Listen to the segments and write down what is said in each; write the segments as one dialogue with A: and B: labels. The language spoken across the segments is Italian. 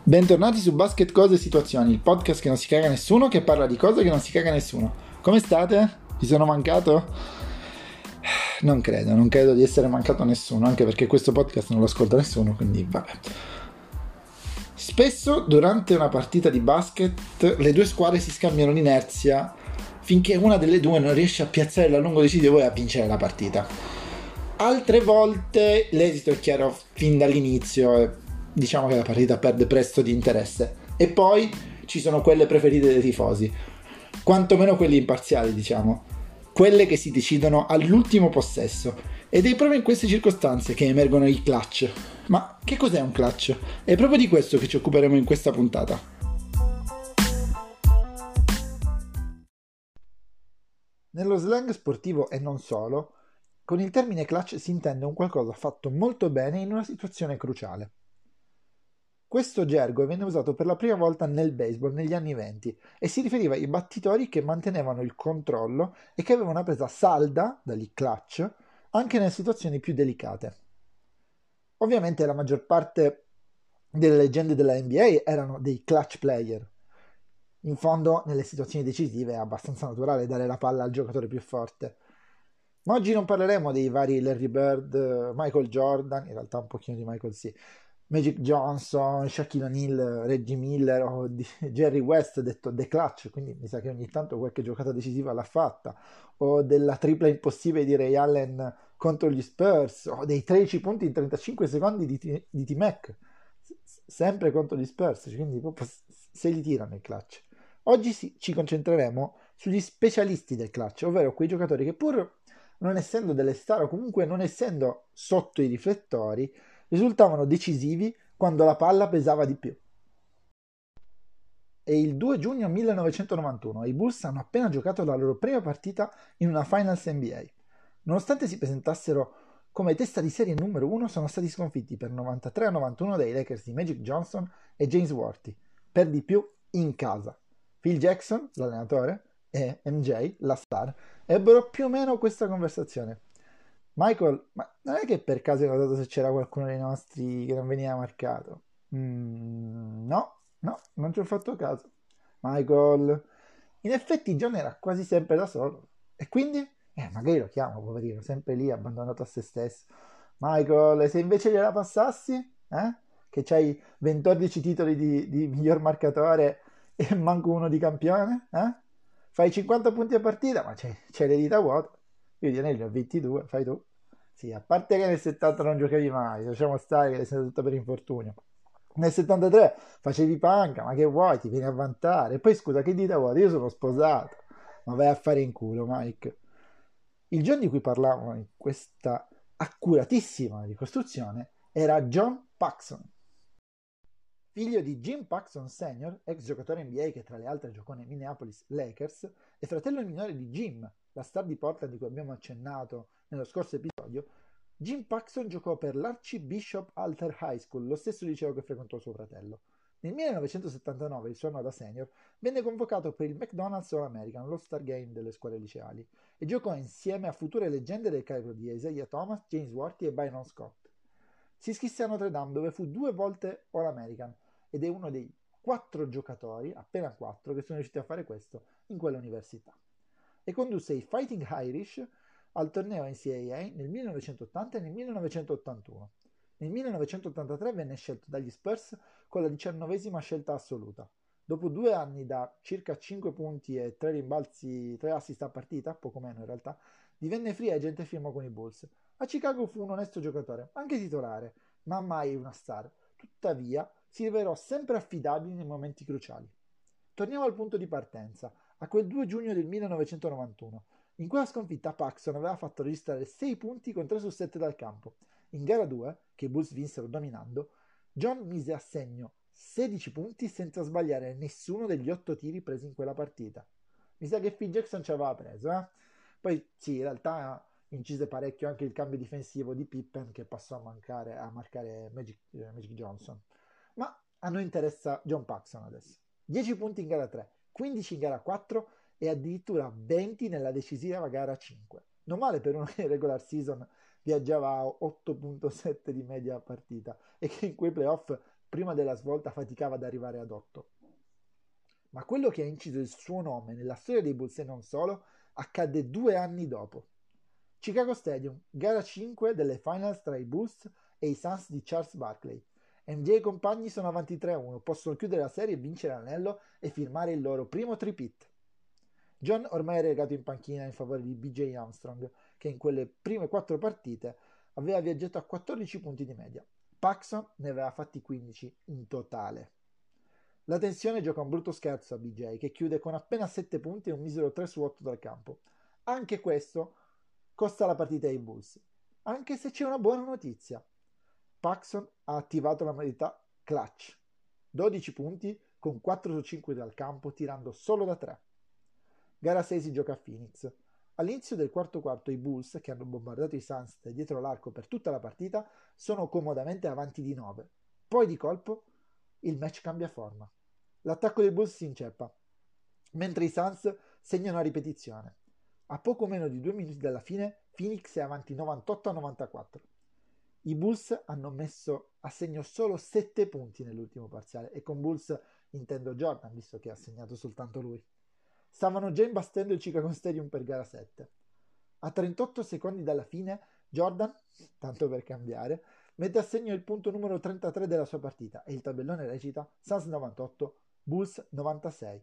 A: Bentornati su Basket Cose e Situazioni, il podcast che non si caga nessuno, che parla di cose che non si caga nessuno. Come state? Vi sono mancato? Non credo di essere mancato a nessuno, anche perché questo podcast non lo ascolta nessuno, quindi vabbè. Spesso durante una partita di basket le due squadre si scambiano l'inerzia finché una delle due non riesce a piazzare l'allungo decisivo e a vincere la partita. Altre volte l'esito è chiaro fin dall'inizio e diciamo che la partita perde presto di interesse. E poi ci sono quelle preferite dei tifosi, quantomeno quelli imparziali, diciamo, quelle che si decidono all'ultimo possesso. Ed è proprio in queste circostanze che emergono i clutch. Ma che cos'è un clutch? È proprio di questo che ci occuperemo in questa puntata. Nello slang sportivo e non solo, con il termine clutch si intende un qualcosa fatto molto bene in una situazione cruciale. Questo gergo venne usato per la prima volta nel baseball negli anni '20 e si riferiva ai battitori che mantenevano il controllo e che avevano una presa salda, da lì clutch, anche nelle situazioni più delicate. Ovviamente la maggior parte delle leggende della NBA erano dei clutch player. In fondo, nelle situazioni decisive è abbastanza naturale dare la palla al giocatore più forte. Ma oggi non parleremo dei vari Larry Bird, Michael Jordan, in realtà un pochino di Michael sì, Magic Johnson, Shaquille O'Neal, Reggie Miller o di Jerry West, detto The Clutch, quindi mi sa che ogni tanto qualche giocata decisiva l'ha fatta, o della tripla impossibile di Ray Allen contro gli Spurs, o dei 13 punti in 35 secondi di T-Mac, sempre contro gli Spurs, quindi proprio se li tirano il clutch. Oggi ci concentreremo sugli specialisti del clutch, ovvero quei giocatori che pur non essendo delle star o comunque non essendo sotto i riflettori, risultavano decisivi quando la palla pesava di più. È il 2 giugno 1991 e i Bulls hanno appena giocato la loro prima partita in una Finals NBA. Nonostante si presentassero come testa di serie numero 1, sono stati sconfitti per 93-91 dai Lakers di Magic Johnson e James Worthy, per di più in casa. Phil Jackson, l'allenatore, e MJ, la star, ebbero più o meno questa conversazione. Michael, ma non è che per caso hai notato se c'era qualcuno dei nostri che non veniva marcato? No, non ci ho fatto caso. Michael, in effetti John era quasi sempre da solo. E quindi? Magari lo chiamo, poverino, sempre lì, abbandonato a se stesso. Michael, e se invece gliela passassi? Che c'hai 14 titoli di miglior marcatore e manco uno di campione? Fai 50 punti a partita, ma c'hai le dita vuote. Io di anelli ho 22, fai tu. Sì, a parte che nel 70 non giocavi mai, lasciamo stare che sei tutto per infortunio. Nel 73 facevi panca, ma che vuoi, ti vieni a vantare. E poi scusa, che dita vuoi? Io sono sposato. Ma vai a fare in culo, Mike. Il John di cui parlavamo in questa accuratissima ricostruzione era John Paxson, figlio di Jim Paxson Sr., ex giocatore NBA che tra le altre giocò nei Minneapolis Lakers, e fratello minore di Jim, la star di Portland di cui abbiamo accennato nello scorso episodio. Jim Paxson giocò per l'Archbishop Alter High School, lo stesso liceo che frequentò suo fratello. Nel 1979, il suo anno da senior, venne convocato per il McDonald's All-American, l'All-Star Game delle scuole liceali, e giocò insieme a future leggende del calibro di Isaiah Thomas, James Worthy e Byron Scott. Si iscrisse a Notre Dame dove fu 2 volte All-American ed è uno dei 4 giocatori, appena 4, che sono riusciti a fare questo in quell'università. E condusse i Fighting Irish al torneo NCAA nel 1980 e nel 1981. Nel 1983 venne scelto dagli Spurs con la 19ª scelta assoluta. Dopo 2 anni da circa 5 punti e 3 rimbalzi, 3 assist a partita, poco meno in realtà, divenne free agent e firmò con i Bulls. A Chicago fu un onesto giocatore, anche titolare, ma mai una star. Tuttavia, si rivelò sempre affidabile nei momenti cruciali. Torniamo al punto di partenza, a quel 2 giugno del 1991. In quella sconfitta Paxson aveva fatto registrare 6 punti con 3 su 7 dal campo. In gara 2, che i Bulls vinsero dominando, John mise a segno 16 punti senza sbagliare nessuno degli 8 tiri presi in quella partita. Mi sa che Phil Jackson ci aveva preso, eh? Poi sì, in realtà incise parecchio anche il cambio difensivo di Pippen che passò a marcare Magic Johnson. Ma a noi interessa John Paxson adesso. 10 punti in gara 3, 15 in gara 4 e addirittura 20 nella decisiva gara 5. Non male per uno che in regular season viaggiava a 8.7 di media a partita e che in quei playoff prima della svolta faticava ad arrivare ad 8. Ma quello che ha inciso il suo nome nella storia dei Bulls e non solo accadde 2 anni dopo. Chicago Stadium, gara 5 delle finals tra i Bulls e i Suns di Charles Barkley. MJ e compagni sono avanti 3-1, possono chiudere la serie, vincere l'anello e firmare il loro primo three-peat. John ormai è regato in panchina in favore di BJ Armstrong, che in quelle prime 4 partite aveva viaggiato a 14 punti di media. Paxson ne aveva fatti 15 in totale. La tensione gioca un brutto scherzo a BJ, che chiude con appena 7 punti e un misero 3 su 8 dal campo. Anche questo costa la partita ai Bulls, anche se c'è una buona notizia. Paxson ha attivato la modalità clutch, 12 punti con 4 su 5 dal campo, tirando solo da 3. Gara 6 si gioca a Phoenix. All'inizio del quarto quarto i Bulls, che hanno bombardato i Suns da dietro l'arco per tutta la partita, sono comodamente avanti di 9. Poi di colpo il match cambia forma. L'attacco dei Bulls si inceppa, mentre i Suns segnano a ripetizione. A poco meno di 2 minuti dalla fine, Phoenix è avanti 98-94. I Bulls hanno messo a segno solo 7 punti nell'ultimo parziale, e con Bulls intendo Jordan, visto che ha segnato soltanto lui. Stavano già imbastendo il Chicago Stadium per gara 7. A 38 secondi dalla fine, Jordan, tanto per cambiare, mette a segno il punto numero 33 della sua partita e il tabellone recita Suns 98, Bulls 96.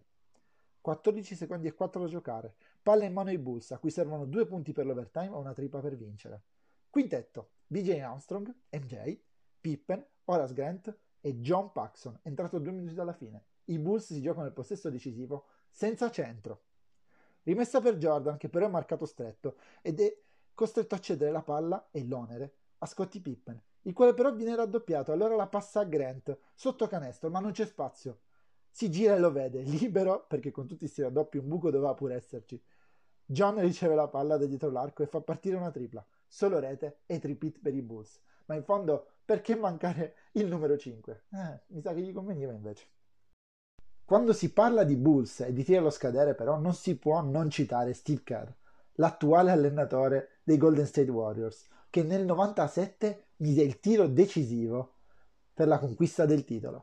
A: 14 secondi e 4 da giocare, palla in mano ai Bulls, a cui servono 2 punti per l'overtime o una tripla per vincere. Quintetto: BJ Armstrong, MJ, Pippen, Horace Grant e John Paxson, entrato 2 minuti dalla fine. I Bulls si giocano il possesso decisivo senza centro. Rimessa per Jordan, che però è marcato stretto ed è costretto a cedere la palla e l'onere a Scottie Pippen, il quale però viene raddoppiato. Allora la passa a Grant sotto canestro, ma non c'è spazio. Si gira e lo vede, libero, perché con tutti questi raddoppi un buco doveva pure esserci. John riceve la palla da dietro l'arco e fa partire una tripla. Solo rete e three-peat per i Bulls. Ma in fondo, perché mancare il numero 5? Mi sa che gli conveniva invece. Quando si parla di Bulls e di tiro allo scadere, però, non si può non citare Steve Kerr, l'attuale allenatore dei Golden State Warriors, che nel 97 mise il tiro decisivo per la conquista del titolo.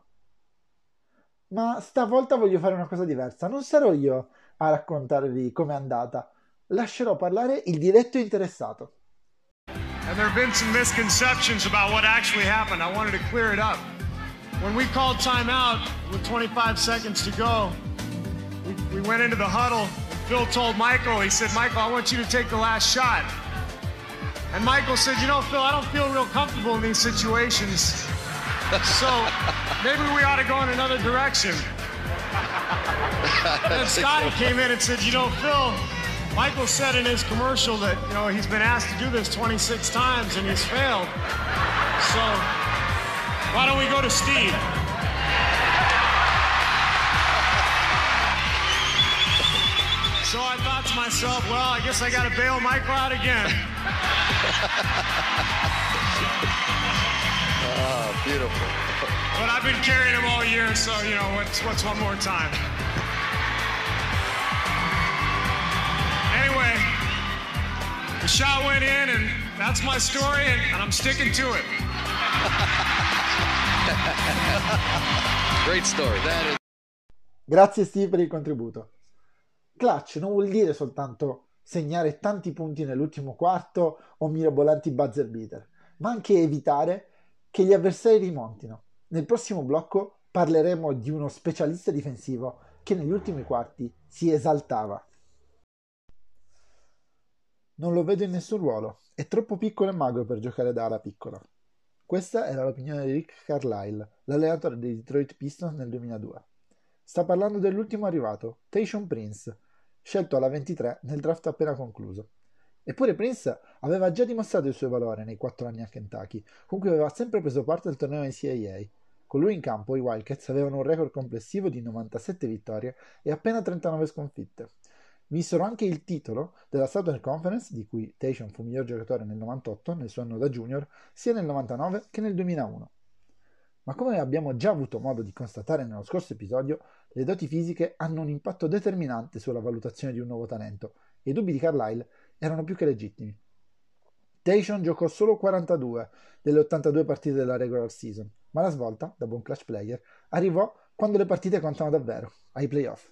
A: Ma stavolta voglio fare una cosa diversa. Non sarò io a raccontarvi com'è andata. Lascerò parlare il diretto interessato.
B: And there have been some misconceptions about what actually happened. I wanted to clear it up. When we called timeout with 25 seconds to go, we went into the huddle. Phil told Michael, he said, Michael, I want you to take the last shot. And Michael said, you know, Phil, I don't feel real comfortable in these situations. So maybe we ought to go in another direction. And Scotty came in and said, you know, Phil, Michael said in his commercial that, you know, he's been asked to do this 26 times and he's failed. So why don't we go to Steve? So I thought to myself, well, I guess I got to bail Michael out again.
C: Oh, beautiful.
B: But I've been carrying him all year, so, you know, what's one more time? Anyway, the shot went in, and that's my story, and I'm sticking to it.
C: Great story. That is...
A: Grazie Steve per il contributo. Clutch non vuol dire soltanto segnare tanti punti nell'ultimo quarto o mirabolanti buzzer beater, ma anche evitare che gli avversari rimontino. Nel prossimo blocco parleremo di uno specialista difensivo che negli ultimi quarti si esaltava. Non lo vedo in nessun ruolo, è troppo piccolo e magro per giocare da ala piccola. Questa era l'opinione di Rick Carlisle, l'allenatore dei Detroit Pistons nel 2002. Sta parlando dell'ultimo arrivato, Tayshaun Prince, scelto alla 23 nel draft appena concluso. Eppure Prince aveva già dimostrato il suo valore nei 4 anni a Kentucky, con cui aveva sempre preso parte al torneo NCAA. Con lui in campo i Wildcats avevano un record complessivo di 97 vittorie e appena 39 sconfitte. Vinsero anche il titolo della Southern Conference, di cui Tayshaun fu miglior giocatore nel 98, nel suo anno da junior, sia nel 99 che nel 2001. Ma come abbiamo già avuto modo di constatare nello scorso episodio, le doti fisiche hanno un impatto determinante sulla valutazione di un nuovo talento, e i dubbi di Carlisle erano più che legittimi. Tayshaun giocò solo 42 delle 82 partite della regular season, ma la svolta, da buon clutch player, arrivò quando le partite contano davvero, ai playoff.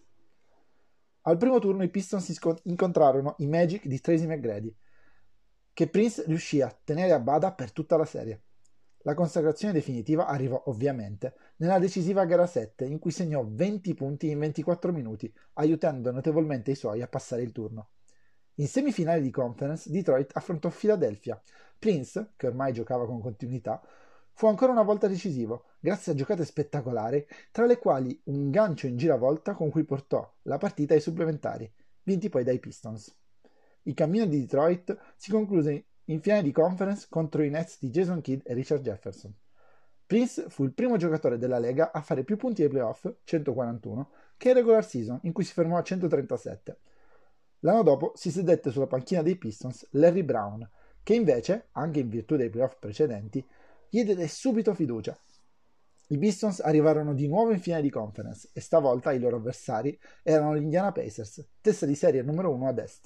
A: Al primo turno i Pistons incontrarono i Magic di Tracy McGrady, che Prince riuscì a tenere a bada per tutta la serie. La consacrazione definitiva arrivò ovviamente nella decisiva gara 7, in cui segnò 20 punti in 24 minuti, aiutando notevolmente i suoi a passare il turno. In semifinale di conference, Detroit affrontò Philadelphia. Prince, che ormai giocava con continuità, fu ancora una volta decisivo, grazie a giocate spettacolari, tra le quali un gancio in giravolta con cui portò la partita ai supplementari, vinti poi dai Pistons. Il cammino di Detroit si concluse in finale di conference contro i Nets di Jason Kidd e Richard Jefferson. Prince fu il primo giocatore della Lega a fare più punti ai playoff, 141, che in regular season, in cui si fermò a 137. L'anno dopo si sedette sulla panchina dei Pistons Larry Brown, che invece, anche in virtù dei playoff precedenti, gli diede subito fiducia. I Pistons arrivarono di nuovo in finale di conference e stavolta i loro avversari erano gli Indiana Pacers, testa di serie numero 1 ad est.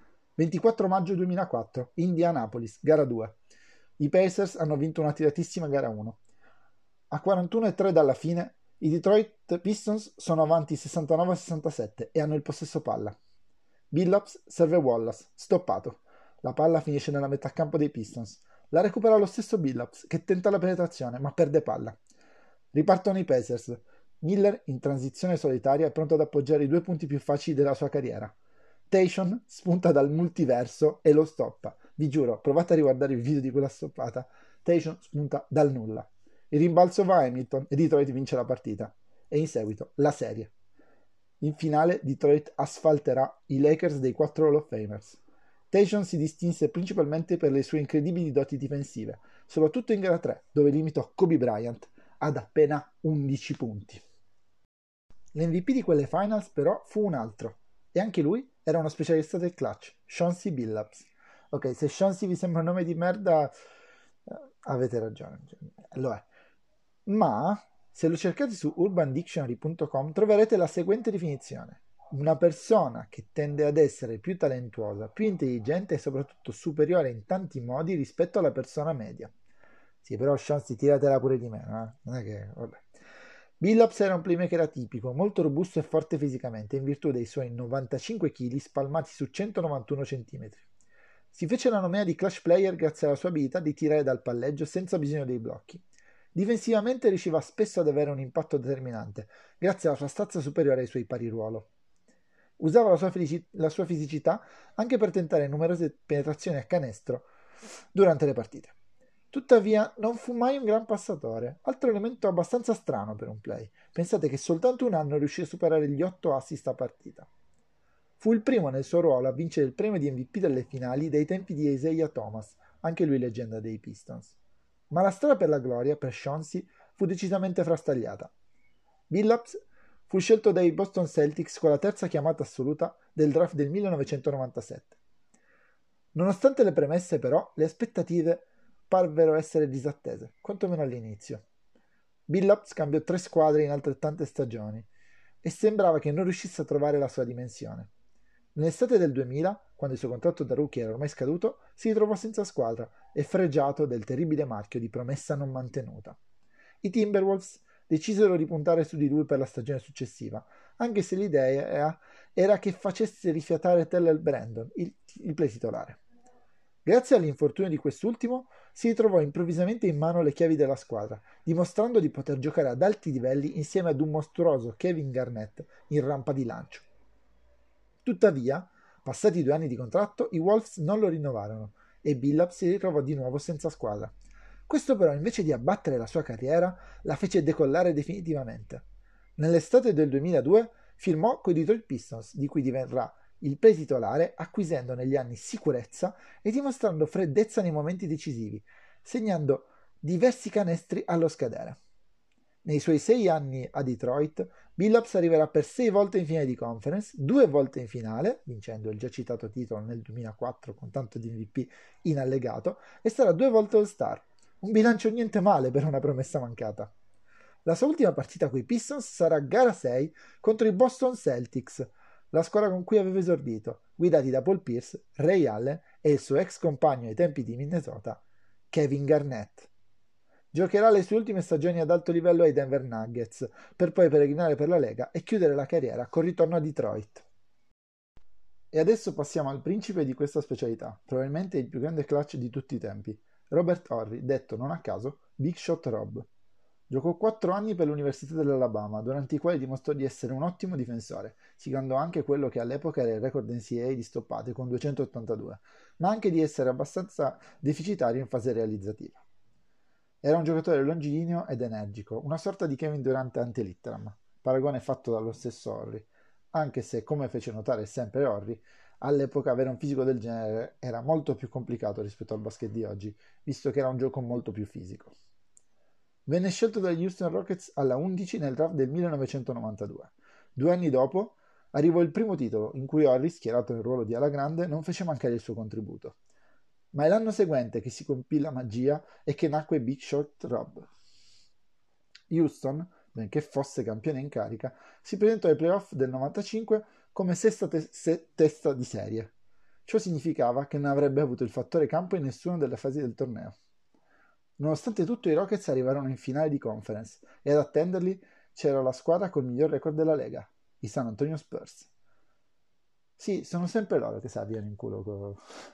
A: 24 maggio 2004, Indianapolis, gara 2. I Pacers hanno vinto una tiratissima gara 1. A 41-3 dalla fine, i Detroit Pistons sono avanti 69-67 e hanno il possesso palla. Billups serve Wallace, stoppato. La palla finisce nella metà campo dei Pistons. La recupera lo stesso Billups, che tenta la penetrazione, ma perde palla. Ripartono i Pacers. Miller, in transizione solitaria, è pronto ad appoggiare i 2 punti più facili della sua carriera. Tayshaun spunta dal multiverso e lo stoppa. Vi giuro, provate a riguardare il video di quella stoppata. Tayshaun spunta dal nulla. Il rimbalzo va a Hamilton e Detroit vince la partita. E in seguito la serie. In finale Detroit asfalterà i Lakers dei 4 Hall of Famers. Tayshaun si distinse principalmente per le sue incredibili doti difensive, soprattutto in gara 3, dove limitò Kobe Bryant ad appena 11 punti. L'MVP di quelle finals però fu un altro, e anche lui era uno specialista del clutch, Chauncey Billups. Ok, se Chauncey vi sembra un nome di merda, avete ragione, lo è. Ma se lo cercate su urbandictionary.com troverete la seguente definizione: una persona che tende ad essere più talentuosa, più intelligente e soprattutto superiore in tanti modi rispetto alla persona media. Sì, però Chauncey tiratela pure di meno, non è che... vabbè. Billups era un playmaker atipico, molto robusto e forte fisicamente, in virtù dei suoi 95 kg spalmati su 191 cm. Si fece la nomea di clutch player grazie alla sua abilità di tirare dal palleggio senza bisogno dei blocchi. Difensivamente riusciva spesso ad avere un impatto determinante, grazie alla sua stazza superiore ai suoi pari ruolo. Usava la sua fisicità anche per tentare numerose penetrazioni a canestro durante le partite. Tuttavia non fu mai un gran passatore, altro elemento abbastanza strano per un play. Pensate che soltanto un anno riuscì a superare gli 8 assist a partita. Fu il primo nel suo ruolo a vincere il premio di MVP delle finali dai tempi di Isaiah Thomas, anche lui leggenda dei Pistons. Ma la storia per la gloria, per Chauncey, fu decisamente frastagliata. Billups fu scelto dai Boston Celtics con la terza chiamata assoluta del draft del 1997. Nonostante le premesse, però, le aspettative parvero essere disattese, quantomeno all'inizio. Billups cambiò 3 squadre in altrettante stagioni e sembrava che non riuscisse a trovare la sua dimensione. Nell'estate del 2000, quando il suo contratto da rookie era ormai scaduto, si ritrovò senza squadra e fregiato del terribile marchio di promessa non mantenuta. I Timberwolves decisero di puntare su di lui per la stagione successiva, anche se l'idea era che facesse rifiatare Taylor Brandon, il play titolare. Grazie all'infortunio di quest'ultimo, si ritrovò improvvisamente in mano le chiavi della squadra, dimostrando di poter giocare ad alti livelli insieme ad un mostruoso Kevin Garnett in rampa di lancio. Tuttavia, passati 2 anni di contratto, i Wolves non lo rinnovarono e Billups si ritrovò di nuovo senza squadra. Questo però, invece di abbattere la sua carriera, la fece decollare definitivamente. Nell'estate del 2002 firmò coi Detroit Pistons, di cui diverrà il play titolare, acquisendo negli anni sicurezza e dimostrando freddezza nei momenti decisivi, segnando diversi canestri allo scadere. Nei suoi 6 anni a Detroit, Billups arriverà per 6 volte in finale di conference, 2 volte in finale, vincendo il già citato titolo nel 2004 con tanto di MVP in allegato, e sarà 2 volte All-Star, un bilancio niente male per una promessa mancata. La sua ultima partita coi Pistons sarà gara 6 contro i Boston Celtics, la squadra con cui aveva esordito, guidati da Paul Pierce, Ray Allen e il suo ex compagno ai tempi di Minnesota, Kevin Garnett. Giocherà le sue ultime stagioni ad alto livello ai Denver Nuggets, per poi peregrinare per la Lega e chiudere la carriera col ritorno a Detroit. E adesso passiamo al principe di questa specialità, probabilmente il più grande clutch di tutti i tempi, Robert Horry, detto non a caso Big Shot Rob. Giocò 4 anni per l'Università dell'Alabama, durante i quali dimostrò di essere un ottimo difensore, siglando anche quello che all'epoca era il record NCAA di stoppate con 282, ma anche di essere abbastanza deficitario in fase realizzativa. Era un giocatore longilineo ed energico, una sorta di Kevin Durant ante litteram, paragone fatto dallo stesso Horry, anche se, come fece notare sempre Horry, all'epoca avere un fisico del genere era molto più complicato rispetto al basket di oggi, visto che era un gioco molto più fisico. Venne scelto dagli Houston Rockets alla 11 nel draft del 1992. 2 anni dopo arrivò il primo titolo, in cui Horry, schierato nel ruolo di ala grande, non fece mancare il suo contributo. Ma è l'anno seguente che si compì la magia e che nacque Big Shot Rob. Houston, benché fosse campione in carica, si presentò ai playoff del 95 come sesta testa di serie. Ciò significava che non avrebbe avuto il fattore campo in nessuna delle fasi del torneo. Nonostante tutto, i Rockets arrivarono in finale di conference e ad attenderli c'era la squadra col miglior record della Lega, i San Antonio Spurs. Sì, sono sempre loro che si avviano in culo con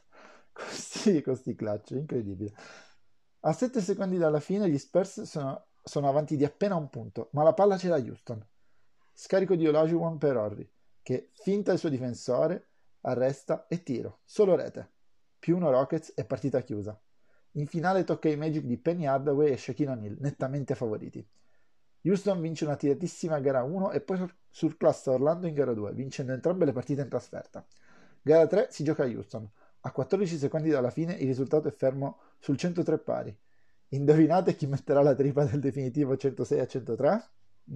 A: questi clutch, incredibile. A 7 secondi dalla fine gli Spurs sono avanti di appena un punto, ma la palla ce l'ha Houston. Scarico di Olajuwon per Horry, che finta il suo difensore, arresta e tiro, solo rete. +1 Rockets e partita chiusa. In finale tocca ai Magic di Penny Hardaway e Shaquille O'Neal, nettamente favoriti. Houston vince una tiratissima gara 1 e poi surclassa Orlando in gara 2, vincendo entrambe le partite in trasferta. Gara 3 si gioca a Houston. A 14 secondi dalla fine il risultato è fermo sul 103 pari. Indovinate chi metterà la tripla del definitivo 106-103?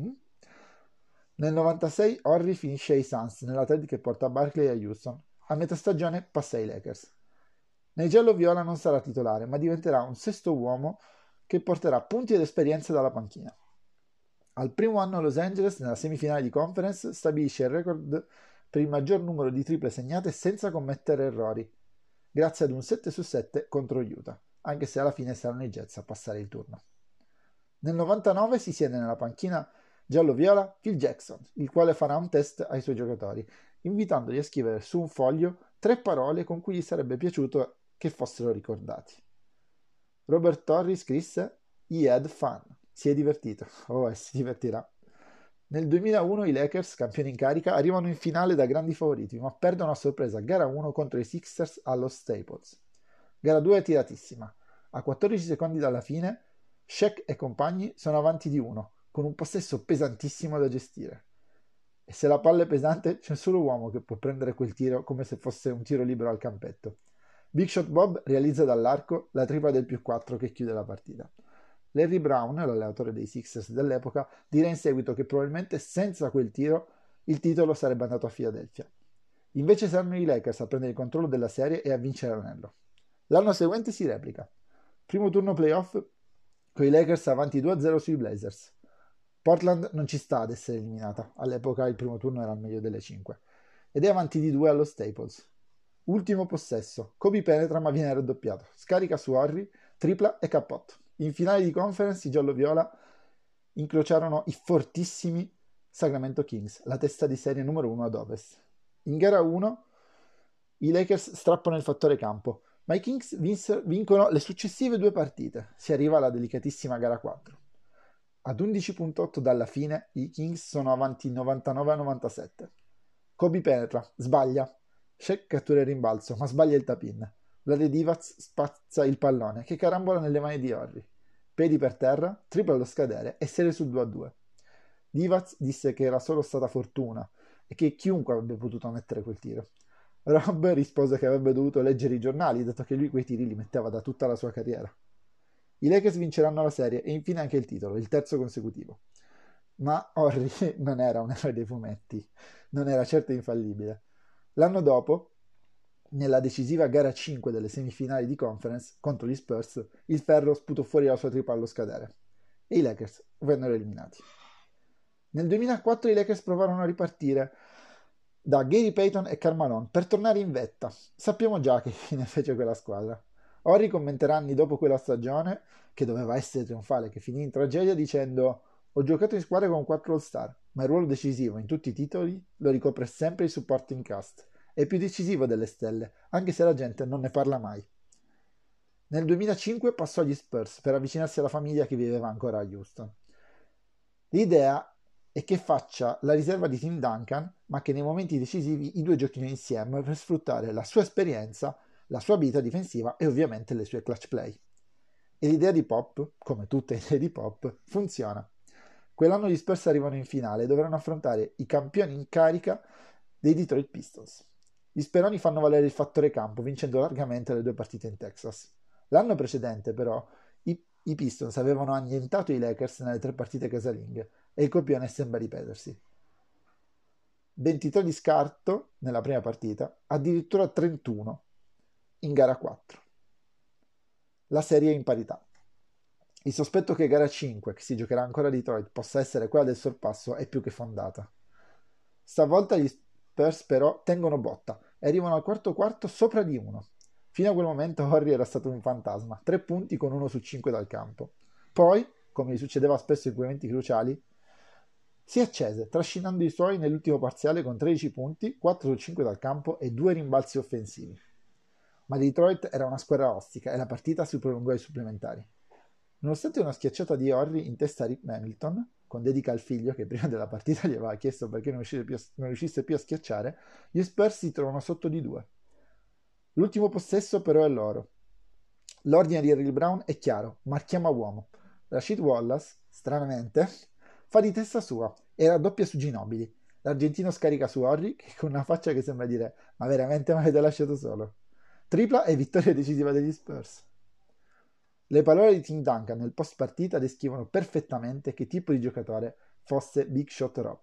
A: Nel 96 Horry finisce ai Suns nella trade che porta Barkley a Houston. A metà stagione passa ai Lakers. Nei giallo-viola non sarà titolare, ma diventerà un sesto uomo che porterà punti ed esperienza dalla panchina. Al primo anno a Los Angeles, nella semifinale di conference, stabilisce il record per il maggior numero di triple segnate senza commettere errori, grazie ad un 7/7 contro Utah, anche se alla fine saranno i Jets a passare il turno. Nel 99 si siede nella panchina giallo-viola Phil Jackson, il quale farà un test ai suoi giocatori, invitandoli a scrivere su un foglio 3 parole con cui gli sarebbe piaciuto che fossero ricordati. Robert Horry scrisse "He had fun", si è divertito, e si divertirà. Nel 2001 i Lakers, campioni in carica, arrivano in finale da grandi favoriti, ma perdono a sorpresa gara 1 contro i Sixers allo Staples. Gara 2 è tiratissima. A 14 secondi dalla fine, Shaq e compagni sono avanti di 1, con un possesso pesantissimo da gestire. E se la palla è pesante, c'è solo uomo che può prendere quel tiro come se fosse un tiro libero al campetto. Big Shot Bob realizza dall'arco la tripla del +4 che chiude la partita. Larry Brown, l'allenatore dei Sixers dell'epoca, dirà in seguito che probabilmente senza quel tiro il titolo sarebbe andato a Philadelphia. Invece saranno i Lakers a prendere il controllo della serie e a vincere l'anello. L'anno seguente si replica. Primo turno playoff con i Lakers avanti 2-0 sui Blazers. Portland non ci sta ad essere eliminata, all'epoca il primo turno era al meglio delle 5, ed è avanti di 2 allo Staples. Ultimo possesso, Kobe penetra ma viene raddoppiato, scarica su Horry, tripla e cappotto. In finale di conference i giallo-viola incrociarono i fortissimi Sacramento Kings, la testa di serie numero 1 ad ovest. In gara 1 i Lakers strappano il fattore campo, ma i Kings vincono le successive 2 partite. Si arriva alla delicatissima gara 4. Ad 11.8 dalla fine i Kings sono avanti 99-97. Kobe penetra, sbaglia. Shaq cattura il rimbalzo, ma sbaglia il tap-in. Vlade Divac spazza il pallone, che carambola nelle mani di Horry. Piedi per terra, tripla allo scadere e serie sul 2-2. Divac disse che era solo stata fortuna e che chiunque avrebbe potuto mettere quel tiro. Rob rispose che avrebbe dovuto leggere i giornali, dato che lui quei tiri li metteva da tutta la sua carriera. I Lakers vinceranno la serie e infine anche il titolo, il terzo consecutivo. Ma Horry non era un eroe dei fumetti, non era certo infallibile. L'anno dopo, nella decisiva gara 5 delle semifinali di conference contro gli Spurs, il ferro sputò fuori la sua tripla allo scadere e i Lakers vennero eliminati. Nel 2004 i Lakers provarono a ripartire da Gary Payton e Karl Malone per tornare in vetta. Sappiamo già che fine fece quella squadra. Horry commenterà anni dopo quella stagione, che doveva essere trionfale, che finì in tragedia, dicendo: ho giocato in squadra con 4 All-Star, ma il ruolo decisivo in tutti i titoli lo ricopre sempre il supporting cast. È più decisivo delle stelle, anche se la gente non ne parla mai. Nel 2005 passò agli Spurs per avvicinarsi alla famiglia che viveva ancora a Houston. L'idea è che faccia la riserva di Tim Duncan, ma che nei momenti decisivi i due giochino insieme per sfruttare la sua esperienza, la sua abilità difensiva e ovviamente le sue clutch play. E l'idea di Pop, come tutte le idee di Pop, funziona. Quell'anno gli Spurs arrivano in finale e dovranno affrontare i campioni in carica dei Detroit Pistons. Gli Speroni fanno valere il fattore campo, vincendo largamente le 2 partite in Texas. L'anno precedente, però, i Pistons avevano annientato i Lakers nelle 3 partite casalinghe e il copione sembra ripetersi. 23 di scarto nella prima partita, addirittura 31 in gara 4. La serie è in parità. Il sospetto che gara 5, che si giocherà ancora a Detroit, possa essere quella del sorpasso è più che fondata. Stavolta gli Spurs però tengono botta e arrivano al quarto sopra di 1. Fino a quel momento Horry era stato un fantasma, 3 punti con 1 su 5 dal campo. Poi, come gli succedeva spesso in quei momenti cruciali, si accese, trascinando i suoi nell'ultimo parziale con 13 punti, 4 su 5 dal campo e 2 rimbalzi offensivi. Ma Detroit era una squadra ostica e la partita si prolungò ai supplementari. Nonostante una schiacciata di Horry in testa a Rip Hamilton, con dedica al figlio che prima della partita gli aveva chiesto perché non riuscisse più a schiacciare, gli Spurs si trovano sotto di 2. L'ultimo possesso però è loro. L'ordine di Harry Brown è chiaro, marchiamo a uomo. Rasheed Wallace, stranamente, fa di testa sua e raddoppia su Ginobili. L'argentino scarica su Horry che con una faccia che sembra dire ma veramente mi avete lasciato solo. Tripla e vittoria decisiva degli Spurs. Le parole di Tim Duncan nel post partita descrivono perfettamente che tipo di giocatore fosse Big Shot Rob.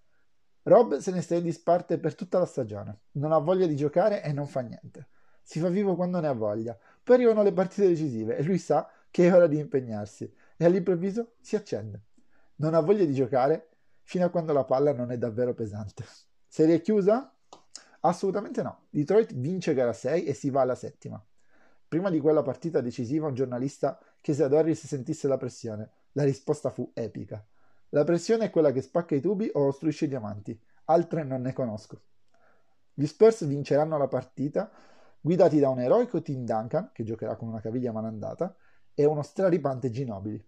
A: Rob se ne sta in disparte per tutta la stagione, non ha voglia di giocare e non fa niente. Si fa vivo quando ne ha voglia, poi arrivano le partite decisive e lui sa che è ora di impegnarsi e all'improvviso si accende. Non ha voglia di giocare fino a quando la palla non è davvero pesante. Serie chiusa? Assolutamente no. Detroit vince gara 6 e si va alla 7ª. Prima di quella partita decisiva un giornalista chiese ad Horry se sentisse la pressione. La risposta fu epica. La pressione è quella che spacca i tubi o ostruisce i diamanti. Altre non ne conosco. Gli Spurs vinceranno la partita guidati da un eroico Tim Duncan, che giocherà con una caviglia malandata, e uno straripante Ginobili.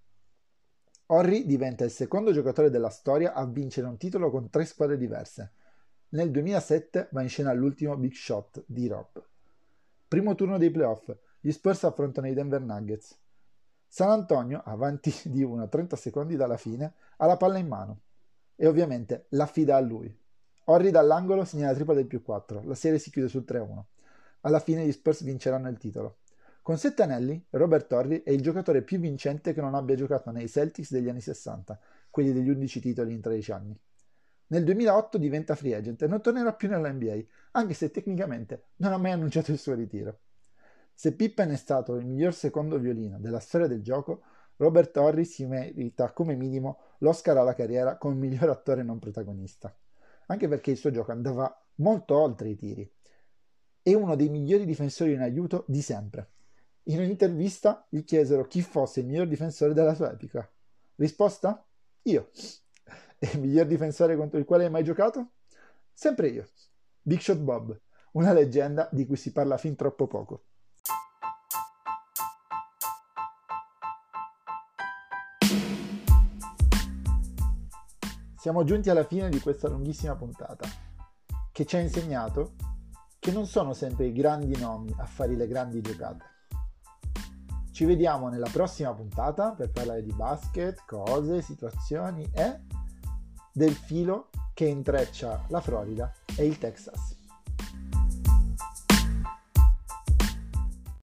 A: Horry diventa il secondo giocatore della storia a vincere un titolo con 3 squadre diverse. Nel 2007 va in scena l'ultimo Big Shot di Rob. Primo turno dei playoff. Gli Spurs affrontano i Denver Nuggets. San Antonio, avanti di 1 a 30 secondi dalla fine, ha la palla in mano e ovviamente l'affida a lui. Horry dall'angolo segna la tripla del +4, la serie si chiude sul 3-1. Alla fine gli Spurs vinceranno il titolo. Con 7 anelli, Robert Horry è il giocatore più vincente che non abbia giocato nei Celtics degli anni 60, quelli degli 11 titoli in 13 anni. Nel 2008 diventa free agent e non tornerà più nella NBA, anche se tecnicamente non ha mai annunciato il suo ritiro. Se Pippen è stato il miglior secondo violino della storia del gioco, Robert Horry si merita come minimo l'Oscar alla carriera come miglior attore non protagonista, anche perché il suo gioco andava molto oltre i tiri. È uno dei migliori difensori in aiuto di sempre. In un'intervista gli chiesero chi fosse il miglior difensore della sua epoca. Risposta? Io. E il miglior difensore contro il quale hai mai giocato? Sempre io. Big Shot Bob, una leggenda di cui si parla fin troppo poco. Siamo giunti alla fine di questa lunghissima puntata, che ci ha insegnato che non sono sempre i grandi nomi a fare le grandi giocate. Ci vediamo nella prossima puntata per parlare di basket, cose, situazioni e del filo che intreccia la Florida e il Texas.